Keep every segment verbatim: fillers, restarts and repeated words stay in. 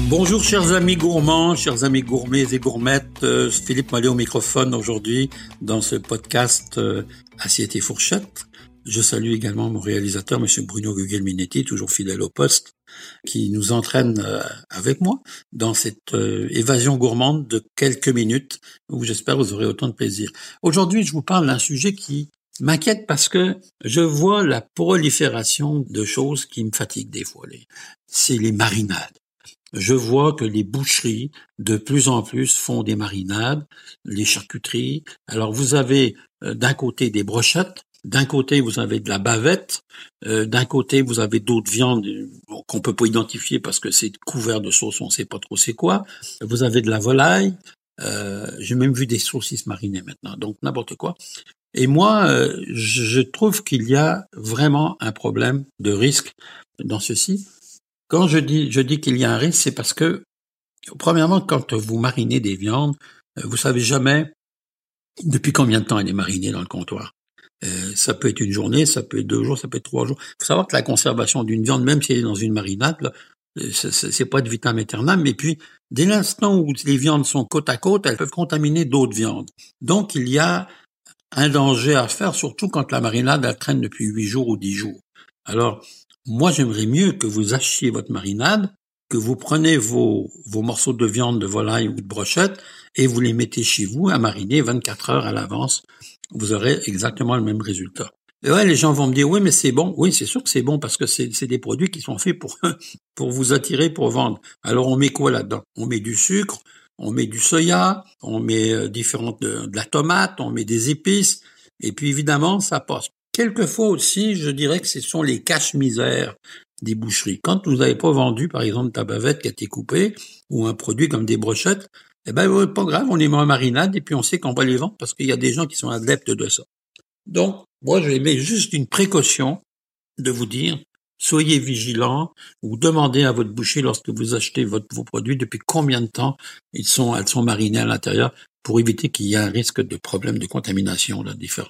Bonjour chers amis gourmands, chers amis gourmets et gourmettes, euh, Philippe Mollet au microphone aujourd'hui dans ce podcast euh, Assiette et Fourchette. Je salue également mon réalisateur, monsieur Bruno Guglielminetti, toujours fidèle au poste, qui nous entraîne euh, avec moi dans cette euh, évasion gourmande de quelques minutes où j'espère vous aurez autant de plaisir. Aujourd'hui, je vous parle d'un sujet qui m'inquiète parce que je vois la prolifération de choses qui me fatiguent des fois. C'est les marinades. Je vois que les boucheries, de plus en plus, font des marinades, les charcuteries. Alors, vous avez euh, d'un côté des brochettes, d'un côté, vous avez de la bavette, euh, d'un côté, vous avez d'autres viandes bon, qu'on peut pas identifier parce que c'est couvert de sauce, on sait pas trop c'est quoi. Vous avez de la volaille, euh, j'ai même vu des saucisses marinées maintenant, donc n'importe quoi. Et moi, euh, je, je trouve qu'il y a vraiment un problème de risque dans ceci. Quand je dis, je dis qu'il y a un risque, c'est parce que, premièrement, quand vous marinez des viandes, vous savez jamais depuis combien de temps elle est marinée dans le comptoir. Euh, ça peut être une journée, ça peut être deux jours, ça peut être trois jours. Il faut savoir que la conservation d'une viande, même si elle est dans une marinade, là, c'est, c'est pas de vitam aeternam, mais puis, dès l'instant où les viandes sont côte à côte, elles peuvent contaminer d'autres viandes. Donc, il y a un danger à faire, surtout quand la marinade, elle traîne depuis huit jours ou dix jours. Alors, moi, j'aimerais mieux que vous achetiez votre marinade, que vous prenez vos, vos morceaux de viande, de volaille ou de brochette, et vous les mettez chez vous à mariner vingt-quatre heures à l'avance. Vous aurez exactement le même résultat. Et ouais, les gens vont me dire, oui, mais c'est bon. Oui, c'est sûr que c'est bon parce que c'est, c'est des produits qui sont faits pour, pour vous attirer, pour vendre. Alors, on met quoi là-dedans? On met du sucre, on met du soya, on met euh, différentes, de, de la tomate, on met des épices, et puis évidemment, ça passe. Quelquefois aussi, je dirais que ce sont les cache-misères des boucheries. Quand vous n'avez pas vendu, par exemple, ta bavette qui a été coupée, ou un produit comme des brochettes, eh ben, pas grave, on les met en marinade et puis on sait qu'on va les vendre parce qu'il y a des gens qui sont adeptes de ça. Donc, moi, je mets juste une précaution de vous dire, soyez vigilants ou demandez à votre boucher lorsque vous achetez votre, vos produits depuis combien de temps ils sont, elles sont marinées à l'intérieur pour éviter qu'il y ait un risque de problème de contamination là, différent.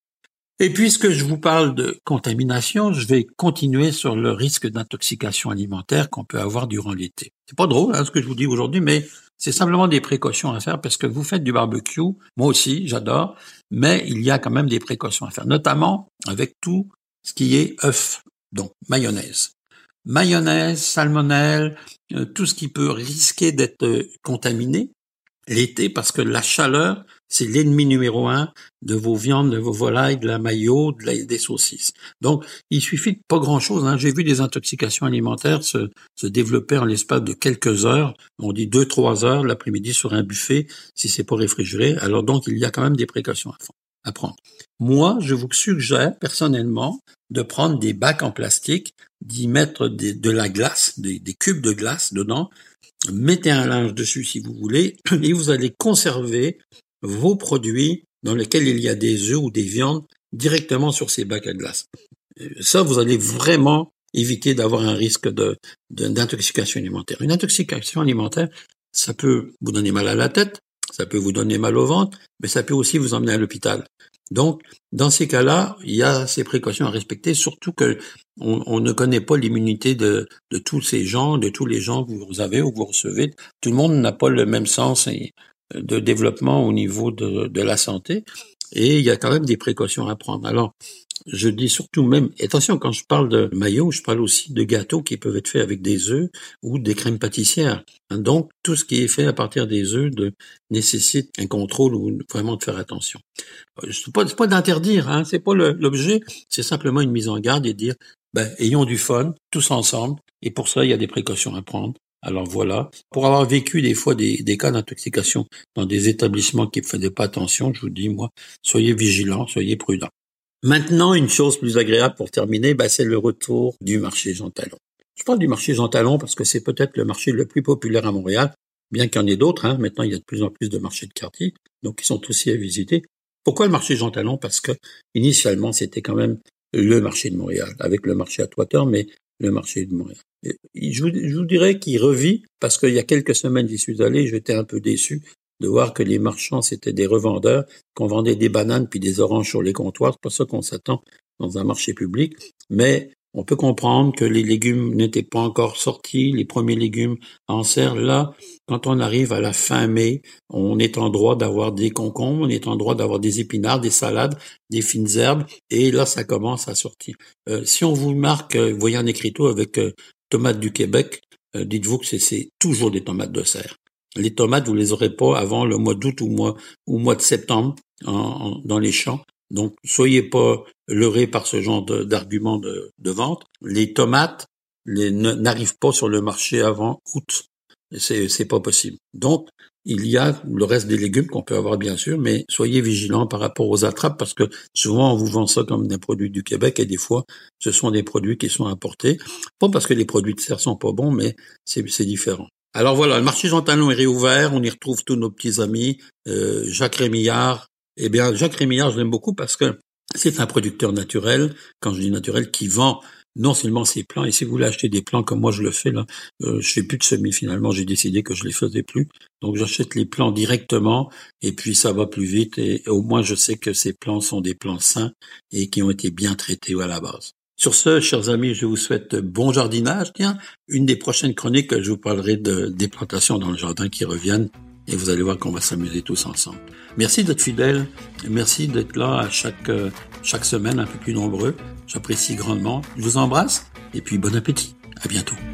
Et puisque je vous parle de contamination, je vais continuer sur le risque d'intoxication alimentaire qu'on peut avoir durant l'été. C'est pas drôle, hein, ce que je vous dis aujourd'hui, mais c'est simplement des précautions à faire parce que vous faites du barbecue, moi aussi, j'adore, mais il y a quand même des précautions à faire, notamment avec tout ce qui est œuf, donc mayonnaise. Mayonnaise, salmonelle, euh, tout ce qui peut risquer d'être euh, contaminé l'été parce que la chaleur, c'est l'ennemi numéro un de vos viandes, de vos volailles, de la mayo, de la, des saucisses. Donc, il suffit de pas grand-chose. Hein. J'ai vu des intoxications alimentaires se, se développer en l'espace de quelques heures. On dit deux, trois heures l'après-midi sur un buffet si c'est pas réfrigéré. Alors donc, il y a quand même des précautions à, à prendre. Moi, je vous suggère personnellement de prendre des bacs en plastique, d'y mettre des, de la glace, des, des cubes de glace dedans. Mettez un linge dessus si vous voulez et vous allez conserver vos produits dans lesquels il y a des œufs ou des viandes directement sur ces bacs à glace. Ça, vous allez vraiment éviter d'avoir un risque de, de, d'intoxication alimentaire. Une intoxication alimentaire, ça peut vous donner mal à la tête, ça peut vous donner mal au ventre, mais ça peut aussi vous emmener à l'hôpital. Donc, dans ces cas-là, il y a ces précautions à respecter, surtout que on, on ne connaît pas l'immunité de, de tous ces gens, de tous les gens que vous avez ou que vous recevez. Tout le monde n'a pas le même sens de développement au niveau de, de la santé, et il y a quand même des précautions à prendre. Alors, je dis surtout même, attention, quand je parle de maillot, je parle aussi de gâteaux qui peuvent être faits avec des œufs ou des crèmes pâtissières. Donc, tout ce qui est fait à partir des œufs de, nécessite un contrôle ou vraiment de faire attention. C'est pas, c'est pas d'interdire, hein, c'est pas le, l'objet, c'est simplement une mise en garde et dire, ben, ayons du fun, tous ensemble, et pour ça, il y a des précautions à prendre. Alors voilà, pour avoir vécu des fois des, des cas d'intoxication dans des établissements qui ne faisaient pas attention, je vous dis, moi, soyez vigilants, soyez prudents. Maintenant, une chose plus agréable pour terminer, bah, c'est le retour du marché Jean Talon. Je parle du marché Jean Talon parce que c'est peut-être le marché le plus populaire à Montréal, bien qu'il y en ait d'autres. Hein. Maintenant, il y a de plus en plus de marchés de quartier, donc ils sont aussi à visiter. Pourquoi le marché Jean Talon? Parce que initialement, c'était quand même le marché de Montréal, avec le marché Atwater, mais le marché de Montréal. Et je, vous, je vous dirais qu'il revit, parce qu'il y a quelques semaines, j'y suis allé, j'étais un peu déçu de voir que les marchands, c'était des revendeurs, qu'on vendait des bananes puis des oranges sur les comptoirs. C'est pas ça qu'on s'attend dans un marché public. Mais On peut comprendre que les légumes n'étaient pas encore sortis, les premiers légumes en serre. Là, quand on arrive à la fin mai, on est en droit d'avoir des concombres, on est en droit d'avoir des épinards, des salades, des fines herbes, et là, ça commence à sortir. Euh, si on vous marque, euh, voyez un écriteau avec euh, tomates du Québec, euh, dites-vous que c'est, c'est toujours des tomates de serre. Les tomates, vous les aurez pas avant le mois d'août ou mois ou mois de septembre en, en, dans les champs. Donc, soyez pas leurrés par ce genre de, d'argument de, de vente. Les tomates les, ne, n'arrivent pas sur le marché avant août. C'est, c'est pas possible. Donc, il y a le reste des légumes qu'on peut avoir, bien sûr, mais soyez vigilants par rapport aux attrapes parce que souvent, on vous vend ça comme des produits du Québec et des fois, ce sont des produits qui sont importés. Pas parce que les produits de serre sont pas bons, mais c'est, c'est différent. Alors voilà, le marché Jean Talon est réouvert. On y retrouve tous nos petits amis. Euh, Jacques Rémillard, Eh bien, Jacques Rémillard, je l'aime beaucoup parce que c'est un producteur naturel, quand je dis naturel, qui vend non seulement ses plants, et si vous voulez acheter des plants comme moi je le fais là, euh, je fais plus de semis finalement, j'ai décidé que je les faisais plus, donc j'achète les plants directement, et puis ça va plus vite, et, et au moins je sais que ces plants sont des plants sains et qui ont été bien traités à la base. Sur ce, chers amis, je vous souhaite bon jardinage. Tiens, une des prochaines chroniques, je vous parlerai de, des plantations dans le jardin qui reviennent. Et vous allez voir qu'on va s'amuser tous ensemble. Merci d'être fidèles. Merci d'être là à chaque, euh, chaque semaine, un peu plus nombreux. J'apprécie grandement. Je vous embrasse et puis bon appétit. À bientôt.